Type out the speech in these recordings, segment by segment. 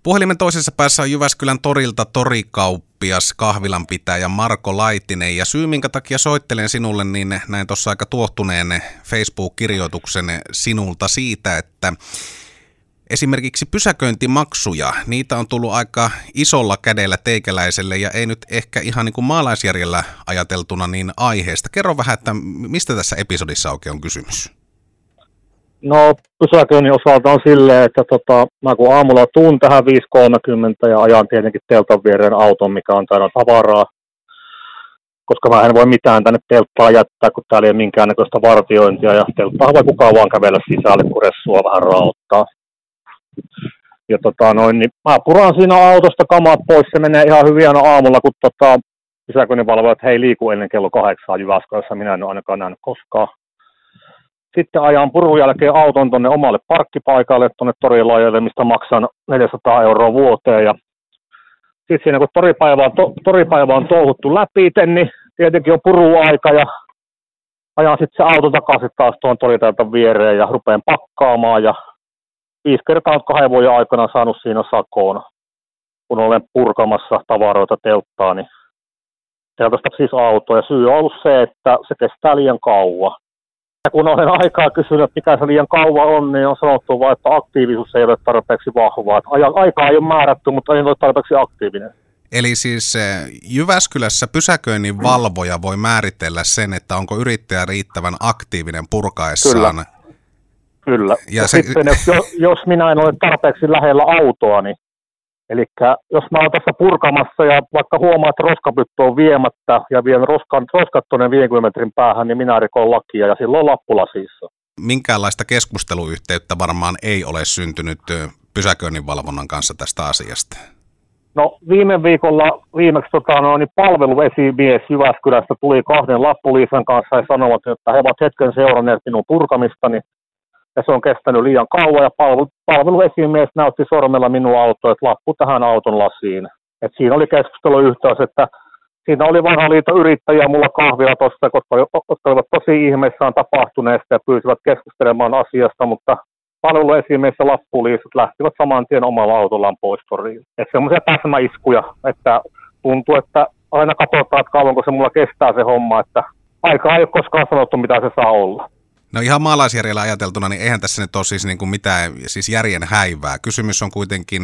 Puhelimen toisessa päässä on Jyväskylän torilta torikauppias, kahvilanpitäjä Marko Laitinen. Ja syy, minkä takia soittelen sinulle, niin näin tuossa aika tuohtuneen Facebook-kirjoituksen sinulta siitä, että esimerkiksi pysäköintimaksuja, niitä on tullut aika isolla kädellä teikäläiselle ja ei nyt ehkä ihan niin kuin maalaisjärjellä ajateltuna niin aiheesta. Kerro vähän, että mistä tässä episodissa oikein on kysymys? No pysäköinnin osalta on silleen, että mä kun aamulla tuun tähän 5.30 ja ajan tietenkin teltan viereen auton, mikä on täynnä tavaraa, koska mä en voi mitään tänne telttaan jättää, kun täällä ei ole minkäännäköistä vartiointia ja telttaa voi kukaan vaan kävellä sisälle, kun ressua vähän raottaa. Ja niin mä puran siinä autosta kamat pois, se menee ihan hyvin aina aamulla, kun pysäköinninvalvojat, että he ei liiku ennen kello 8 Jyväskylässä, minä en ole ainakaan nähnyt koskaan. Sitten ajan purun jälkeen auton tuonne omalle parkkipaikalle, tuonne torilaajalle, mistä maksan 400 € vuoteen. Ja sitten siinä kun toripäivä on touhuttu läpi, niin tietenkin on puruaika ja ajan sitten se auto takaisin taas tuon toritäältä viereen ja rupean pakkaamaan. Ja 5 kertaa 2 vuoden aikana saanut siinä sakoon, kun olen purkamassa tavaroita telttaa, niin teltasta siis autoa. Ja syy on ollut se, että se kestää liian kauan. Ja kun olen aikaa kysynyt, että mikä se liian kauan on, niin on sanottu vain, että aktiivisuus ei ole tarpeeksi vahvaa. Aikaa ei ole määrätty, mutta ei ole tarpeeksi aktiivinen. Eli siis Jyväskylässä pysäköinnin valvoja voi määritellä sen, että onko yrittäjä riittävän aktiivinen purkaessaan. Kyllä. Ja sitten jos minä en ole tarpeeksi lähellä autoa, niin eli jos mä oon tässä purkamassa ja vaikka huomaa, että roskapyttö on viemättä ja vien roskat tuonne 50 metrin päähän, niin minä rikon lakia ja silloin lappu lasissa. Minkäänlaista keskusteluyhteyttä varmaan ei ole syntynyt pysäköinninvalvonnan kanssa tästä asiasta? No viime viikolla viimeksi niin palveluesimies Jyväskylästä tuli 2 lappuliisan kanssa ja sanovat, että he ovat hetken seuranneet minun purkamistani. Ja se on kestänyt liian kauan ja palveluesimies näytti sormella minun autoa, että lappu tähän auton lasiin. Et siinä oli keskusteluyhteys, että siinä oli vanha liiton yrittäjiä mulla kahvilla tuossa, koska olivat tosi ihmeissään tapahtuneesta ja pyysivät keskustelemaan asiasta, mutta palveluesimies ja lappuliisat lähtivät saman tien omalla autollaan pois toriin. Että semmoisia täsmäiskuja, että tuntuu, että aina katsotaan, että kauanko se mulla kestää se homma, että aikaa ei ole koskaan sanottu, mitä se saa olla. No ihan maalaisjärjellä ajateltuna, niin eihän tässä nyt ole siis niin kuin mitään siis järjen häivää. Kysymys on kuitenkin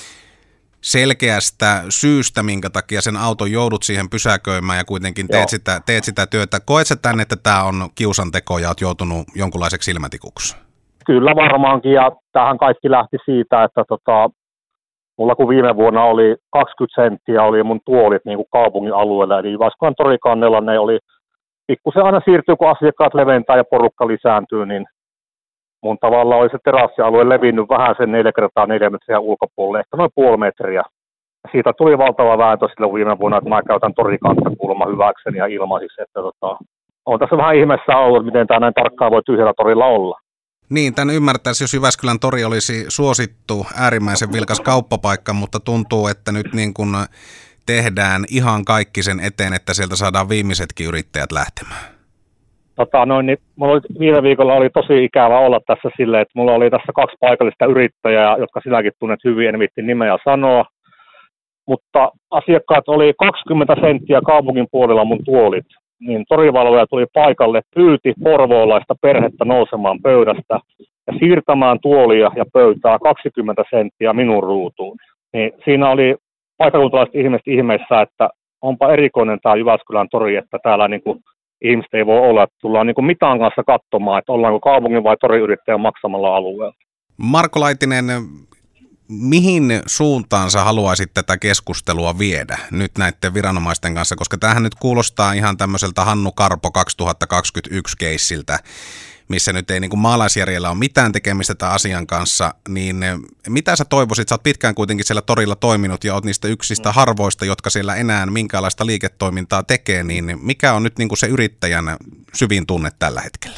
selkeästä syystä, minkä takia sen auton joudut siihen pysäköimään ja kuitenkin teet sitä työtä. Koet sä tänne, että tämä on kiusanteko ja oot joutunut jonkunlaiseksi silmätikuksi? Kyllä varmaankin ja tämähän kaikki lähti siitä, että mulla kun viime vuonna oli 20 senttiä oli mun tuolit niin kuin kaupungin alueella, eli Jyväskylän torikannella ne oli pikkusen aina siirtyy, kun asiakkaat leventää ja porukka lisääntyy, niin mun tavalla oli se terassialue levinnyt vähän sen 4x4 metriä ulkopuolelle, ehkä noin 0,5 metriä. Siitä tuli valtava vääntö silloin viime vuonna, että mä käytän torikanttakulma hyväkseni ja ilmaisiksi, että on tässä vähän ihmeessä ollut, miten tämä näin tarkkaan voi tyhjällä torilla olla. Niin, tämän ymmärtäisi, jos Jyväskylän tori olisi suosittu äärimmäisen vilkas kauppapaikka, mutta tuntuu, että nyt niin kuin tehdään ihan kaikki sen eteen, että sieltä saadaan viimeisetkin yrittäjät lähtemään. Niin mulla viime viikolla oli tosi ikävä olla tässä silleen, että mulla oli tässä 2 paikallista yrittäjää, jotka sinäkin tunnet hyvin, en viitti nimeä sanoa. Mutta asiakkaat oli 20 senttiä kaupungin puolella mun tuolit. Niin torivalvoja tuli paikalle, pyyti porvoolaista perhettä nousemaan pöydästä ja siirtämään tuolia ja pöytää 20 senttiä minun ruutuun. Niin siinä oli paikakuntalaiset ihmiset ihmeessä, että onpa erikoinen tämä Jyväskylän tori, että täällä niinku ihmiset ei voi olla, että tullaan niinku mitään kanssa katsomaan, että ollaanko kaupungin vai toriyrittäjän maksamalla alueella. Marko Laitinen, mihin suuntaan sä haluaisit tätä keskustelua viedä nyt näiden viranomaisten kanssa, koska tämähän nyt kuulostaa ihan tämmöiseltä Hannu Karpo 2021 keissiltä, missä nyt ei niin kuin maalaisjärjellä ole mitään tekemistä tämän asian kanssa, niin mitä sä toivoisit? Sä oot pitkään kuitenkin siellä torilla toiminut ja oot niistä yksistä harvoista, jotka siellä enää minkäänlaista liiketoimintaa tekee, niin mikä on nyt niin kuin se yrittäjän syvin tunne tällä hetkellä?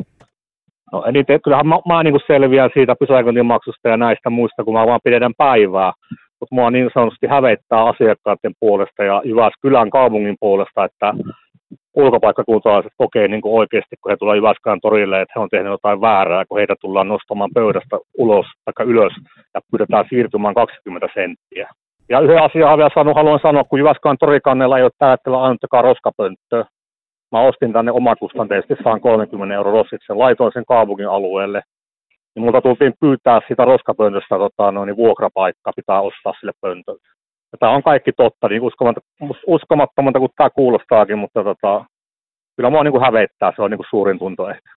No eniten, kyllähän mä niin kuin selviän siitä pysäköintimaksusta ja näistä muista, kun mä vaan pidetään päivää, mutta mua niin sanotusti hävettää asiakkaiden puolesta ja Jyväskylän kaupungin puolesta, että ulkopaikkakuntalaiset kokee niin kuin oikeasti, kun he tulee Jyväskylän torille, että he on tehnyt jotain väärää, kun heitä tullaan nostamaan pöydästä ulos tai ylös ja pyydetään siirtymään 20 senttiä. Ja yhden asian vielä haluan sanoa, kun Jyväskylän torikannella ei ole tällä hetkellä ainuttakaan roskapönttöä. Mä ostin tänne omakustanteisesti, saan 30 € rossitsen, laitoin sen kaupungin alueelle. Niin multa tultiin pyytää sitä roskapöntöstä vuokrapaikka, pitää ostaa sille pöntölle. Ja tämä on kaikki totta, niin uskomattomalta kuin tämä kuulostaakin, mutta kyllä mua niin kuin hävettää, se on niin kuin suurin tunto ehkä.